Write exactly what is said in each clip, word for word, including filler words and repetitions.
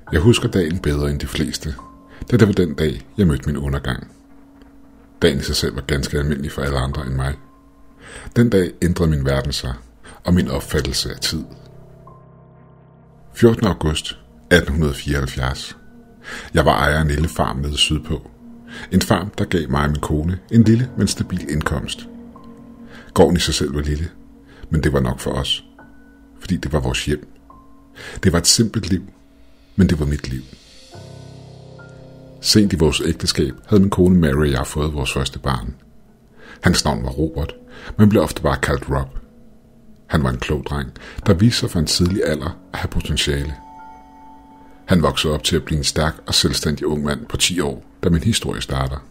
Jeg husker dagen bedre end de fleste, da det var den dag, jeg mødte min undergang. Dagen i sig selv var ganske almindelig for alle andre end mig. Den dag ændrede min verden sig, og min opfattelse af tid. fjortende august atten fireoghalvfjerds. Jeg var ejer af en lille farm nede sydpå. En farm, der gav mig og min kone en lille, men stabil indkomst. Gården i sig selv var lille, men det var nok for os, fordi det var vores hjem. Det var et simpelt liv, men det var mit liv. Sent i vores ægteskab havde min kone Mary og jeg fået vores første barn. Hans navn var Robert, men blev ofte bare kaldt Rob. Han var en klog dreng, der viste sig fra en tidlig alder at have potentiale. Han voksede op til at blive en stærk og selvstændig ung mand på ti år, da min historie starter.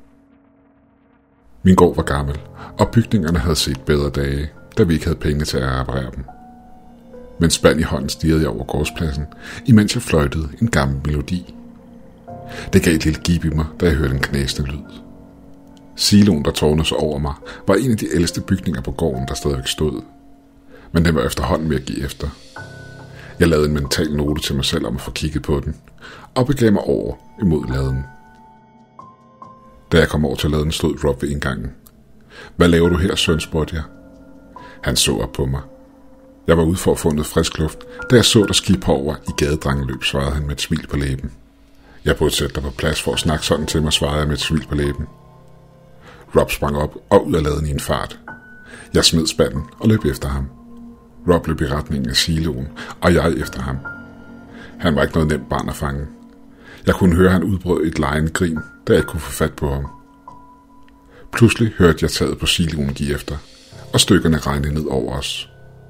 Min gård var gammel, og bygningerne havde set bedre dage, da vi ikke havde penge til at reparere dem. Med en spand i hånden stirrede jeg over gårdspladsen, imens jeg fløjtede en gammel melodi. Det gav et lille gib i mig, da jeg hørte en knæsende lyd. Siloen, der tårnede sig over mig, var en af de ældste bygninger på gården, der stadigvæk stod. Men den var efterhånden ved at give efter. Jeg lavede en mental note til mig selv om at få kigget på den, og begav mig over imod laden. Da jeg kom over til laden, stod Rob ved indgangen. Hvad laver du her, søn, spurgte jeg. Han så op på mig. Jeg var ude for at få noget frisk luft, da jeg så der skib over i gadedrangeløb, svarede han med et smil på læben. Jeg burde sætte dig på plads for at snakke sådan til mig, svarede jeg med et smil på læben. Rob sprang op og ud af laden i en fart. Jeg smed spanden og løb efter ham. Rob løb i retningen af siloen, og jeg efter ham. Han var ikke noget nemt barn at fange. Jeg kunne høre, han udbrød et legende grin, da jeg ikke kunne få fat på ham. Pludselig hørte jeg taget på siloen give efter, og stykkerne regnede ned over os.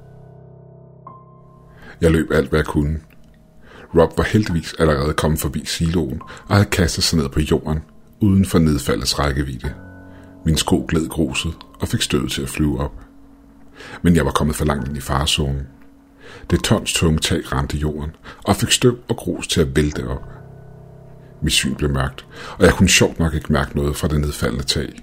Jeg løb alt, hvad jeg kunne. Rob var heldigvis allerede kommet forbi siloen og havde kastet sig ned på jorden, uden for nedfaldets rækkevidde. Min sko gled gruset og fik støvet til at flyve op. Men jeg var kommet for langt ind i farezonen. Det tons tunge tag ramte jorden og fik støv og grus til at vælte op. Mit syn blev mørkt, og jeg kunne sjovt nok ikke mærke noget fra det nedfaldende tag.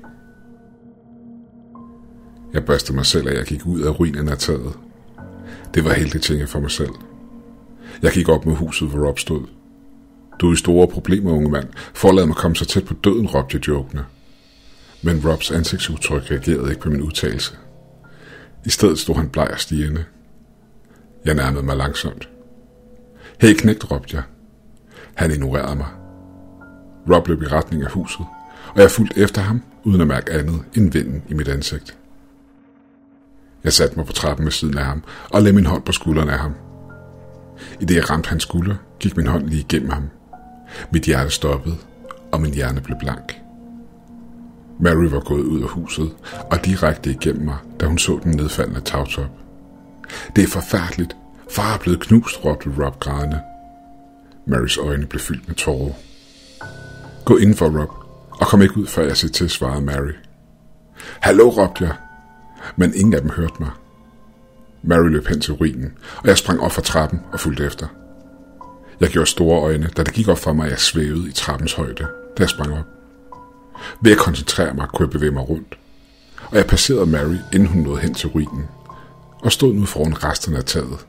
Jeg børstede mig selv, at jeg gik ud af ruinen af taget. Det var heldigt, tænkte jeg for mig selv. Jeg gik op mod huset, hvor Rob stod. Du er i store problemer, unge mand. Forlad mig komme så tæt på døden, råbte jeg jokende. Men Robs ansigtsudtryk reagerede ikke på min udtalelse. I stedet stod han bleg og stirrende. Jeg nærmede mig langsomt. Hey knægt, råbte jeg. Han ignorerede mig. Rob løb i retning af huset, og jeg fulgte efter ham, uden at mærke andet end vinden i mit ansigt. Jeg satte mig på trappen ved siden af ham, og lagde min hånd på skulderen af ham. I det jeg ramte hans skulder, gik min hånd lige igennem ham. Mit hjerte stoppede, og min hjerne blev blank. Mary var gået ud af huset, og direkte igennem mig, da hun så den nedfaldende tagtop. Det er forfærdeligt. Far er blevet knust, råbte Rob grædende. Marys øjne blev fyldt med tårer. Gå indenfor, Rob, og kom ikke ud, før jeg siger til, svarede Mary. Hallo, råbte jeg, men ingen af dem hørte mig. Mary løb hen til ruinen, og jeg sprang op fra trappen og fulgte efter. Jeg gjorde store øjne, da det gik op for mig, at jeg svævede i trappens højde, da jeg sprang op. Ved at koncentrere mig, kunne jeg bevæge mig rundt, og jeg passerede Mary, inden hun nåede hen til ruinen, og stod nu foran resterne af taget.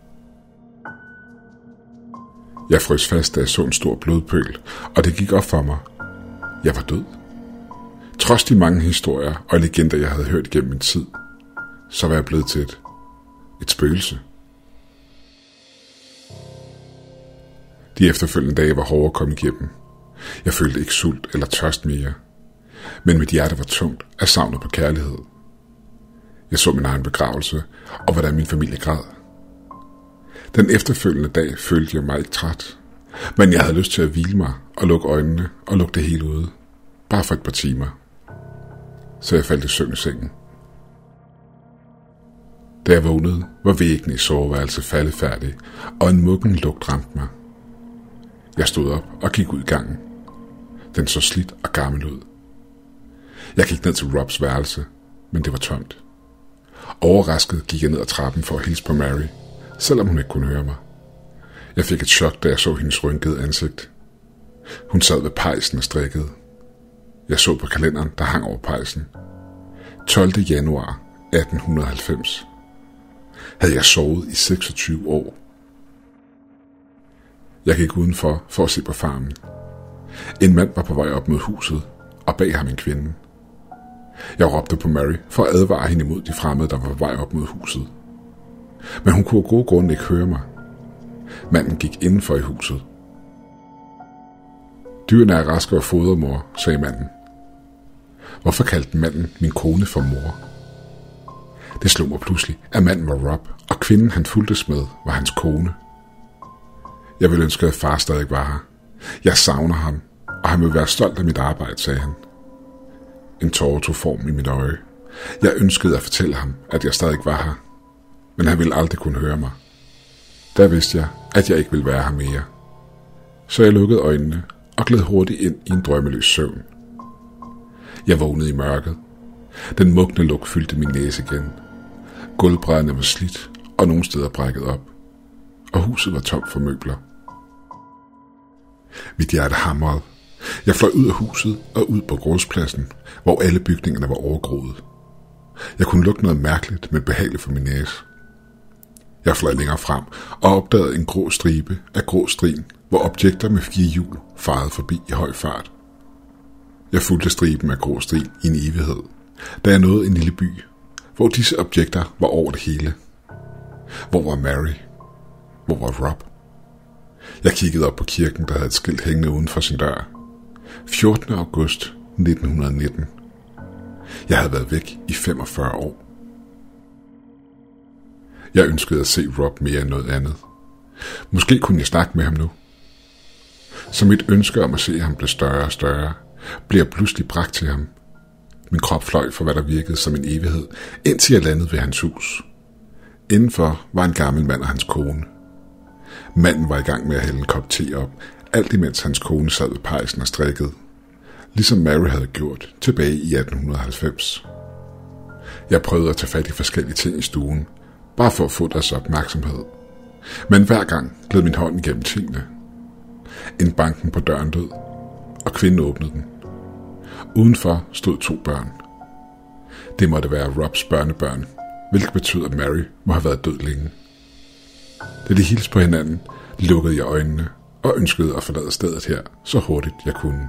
Jeg frøs fast, da jeg så en stor blodpøl, og det gik op for mig. Jeg var død. Trods de mange historier og legender, jeg havde hørt igennem min tid, så var jeg blevet til et, et spøgelse. De efterfølgende dage var hårde at komme igennem. Jeg følte ikke sult eller tørst mere, men mit hjerte var tungt af savnet på kærlighed. Jeg så min egen begravelse, og hvordan min familie græd. Den efterfølgende dag følte jeg mig ikke træt, men jeg havde lyst til at hvile mig og lukke øjnene og lukke det hele ude, bare for et par timer. Så jeg faldt i søvn i sengen. Da jeg vågnede, var væggene i soveværelset faldefærdige, og en muggen lugt ramte mig. Jeg stod op og gik ud i gangen. Den så slidt og gammel ud. Jeg gik ned til Robs værelse, men det var tomt. Overrasket gik jeg ned ad trappen for at hilse på Mary, selvom hun ikke kunne høre mig. Jeg fik et chok, da jeg så hendes rynkede ansigt. Hun sad ved pejsen og strikkede. Jeg så på kalenderen, der hang over pejsen. tolvte januar atten halvfems. Havde jeg sovet i seksogtyve år. Jeg gik udenfor for at se på farmen. En mand var på vej op mod huset, og bag ham en kvinde. Jeg råbte på Mary for at advare hende imod de fremmede, der var på vej op mod huset. Men hun kunne af gode grunde ikke høre mig. Manden gik indenfor i huset. Dyrene er raske og fodret, mor, sagde manden. Hvorfor kaldte manden min kone for mor? Det slog mig pludselig, at manden var Rob, og kvinden han fulgtes med var hans kone. Jeg ville ønske, at far stadig var her. Jeg savner ham, og han vil være stolt af mit arbejde, sagde han. En tåre tog form i mit øje. Jeg ønskede at fortælle ham, at jeg stadig var her, men han ville aldrig kunne høre mig. Der vidste jeg, at jeg ikke ville være her mere. Så jeg lukkede øjnene og gled hurtigt ind i en drømmeløs søvn. Jeg vågnede i mørket. Den mugne lugt fyldte min næse igen. Gulvbrædderne var slidt og nogle steder brækket op, og huset var tomt for møbler. Mit hjerte hamrede. Jeg fløj ud af huset og ud på gårdspladsen, hvor alle bygningerne var overgroet. Jeg kunne lugte noget mærkeligt, men behageligt for min næse. Jeg fløj længere frem og opdagede en grå stribe af grå strin, hvor objekter med fire hjul farede forbi i høj fart. Jeg fulgte striben af grå strin i en evighed, da jeg nåede en lille by, hvor disse objekter var over det hele. Hvor var Mary? Hvor var Rob? Jeg kiggede op på kirken, der havde et skilt hængende uden for sin dør. fjortende august nitten nitten. Jeg havde været væk i femogfyrre år. Jeg ønskede at se Rob mere end noget andet. Måske kunne jeg snakke med ham nu. Så mit ønske om at se ham blev større og større, blev jeg pludselig bragt til ham. Min krop fløj for hvad der virkede som en evighed, indtil jeg landede ved hans hus. Indenfor var en gammel mand og hans kone. Manden var i gang med at hælde en kop te op, alt imens hans kone sad ved pejsen og strikkede, ligesom Mary havde gjort tilbage i atten halvfems. Jeg prøvede at tage fat i forskellige ting i stuen, bare for at få deres opmærksomhed. Men hver gang gled min hånd igennem tingene. En banken på døren lød, og kvinden åbnede den. Udenfor stod to børn. Det måtte være Robs børnebørn, hvilket betød, at Mary må have været død længe. Da de hilste på hinanden, lukkede jeg øjnene og ønskede at forlade stedet her så hurtigt jeg kunne.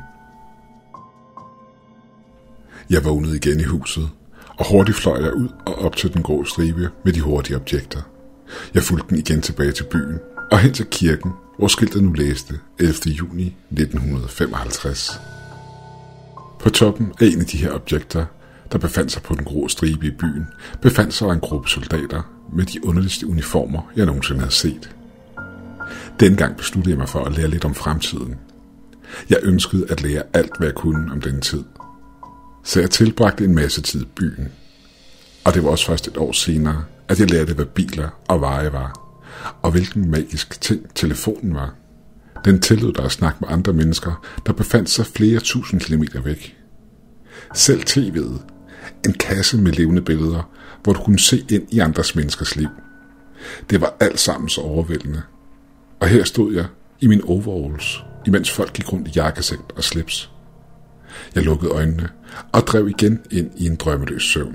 Jeg vågnede igen i huset, og hurtigt fløj jeg ud og op til den grå stribe med de hurtige objekter. Jeg fulgte den igen tilbage til byen og hen til kirken, hvor skiltet nu læste ellevte juni nitten femoghalvtreds. På toppen af en af de her objekter, der befandt sig på den grå stribe i byen, befandt sig en gruppe soldater med de underligste uniformer, jeg nogensinde havde set. Dengang besluttede jeg mig for at lære lidt om fremtiden. Jeg ønskede at lære alt, hvad jeg kunne om denne tid. Så jeg tilbragte en masse tid i byen. Og det var også først et år senere, at jeg lærte, hvad biler og veje var, og hvilken magisk ting telefonen var. Den tillod dig at snakke med andre mennesker, der befandt sig flere tusind kilometer væk. Selv tv'et, en kasse med levende billeder, hvor du kunne se ind i andres menneskers liv. Det var alt sammen så overvældende. Og her stod jeg i mine overalls, imens folk gik rundt i jakkesæt og slips. Jeg lukkede øjnene og drev igen ind i en drømmeløs søvn.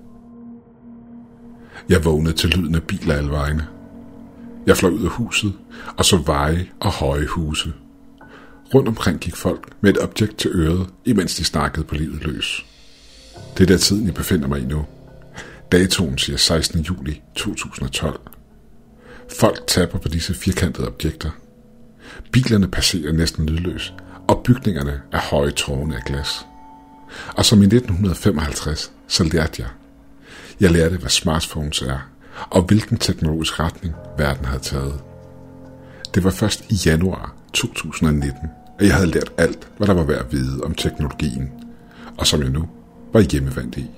Jeg vågnede til lyden af biler alle vejene. Jeg fløj ud af huset og så veje og høje huse. Rundt omkring gik folk med et objekt til øret, imens de snakkede på livet løs. Det er der tiden, jeg befinder mig i nu. Datoen siger sekstende juli to tusind og tolv. Folk tapper på disse firkantede objekter. Bilerne passerer næsten lydløst, og bygningerne er høje tårne af glas. Og som i nitten femoghalvtreds, så lærte jeg. Jeg lærte, hvad smartphones er, og hvilken teknologisk retning verden havde taget. Det var først i januar to tusind og nitten, at jeg havde lært alt, hvad der var værd at vide om teknologien, og som jeg nu var hjemmevandt i.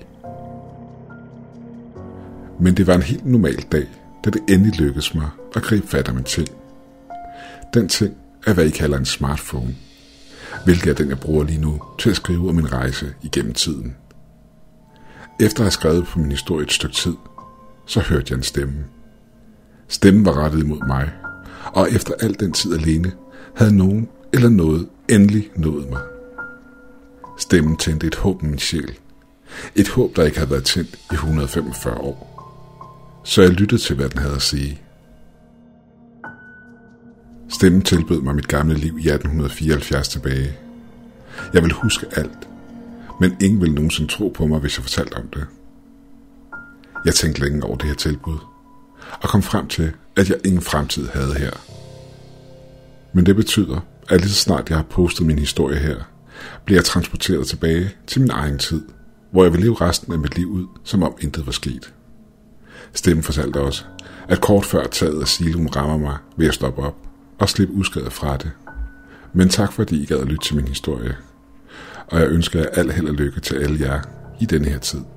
Men det var en helt normal dag, da det endelig lykkedes mig at gribe fat om en ting. Den ting er, hvad I kalder en smartphone, hvilket er den, jeg bruger lige nu til at skrive om min rejse igennem tiden. Efter at have skrevet på min historie et stykke tid, så hørte jeg en stemme. Stemmen var rettet imod mig, og efter al den tid alene, havde nogen eller noget endelig nået mig. Stemmen tændte et håb i min sjæl. Et håb, der ikke havde været tændt i et hundrede og femogfyrre år. Så jeg lyttede til, hvad den havde at sige. Stemmen tilbød mig mit gamle liv i atten fireoghalvfjerds tilbage. Jeg ville huske alt, men ingen ville nogensinde tro på mig, hvis jeg fortalte om det. Jeg tænkte længe over det her tilbud, og kom frem til, at jeg ingen fremtid havde her. Men det betyder, at lige så snart jeg har postet min historie her, bliver jeg transporteret tilbage til min egen tid, hvor jeg vil leve resten af mit liv ud, som om intet var sket. Stemmen fortalte også, at kort før taget af siloen rammer mig, vil jeg stoppe op og slippe uskadet fra det. Men tak fordi I gad at lytte til min historie, og jeg ønsker jer al held og lykke til alle jer i denne her tid.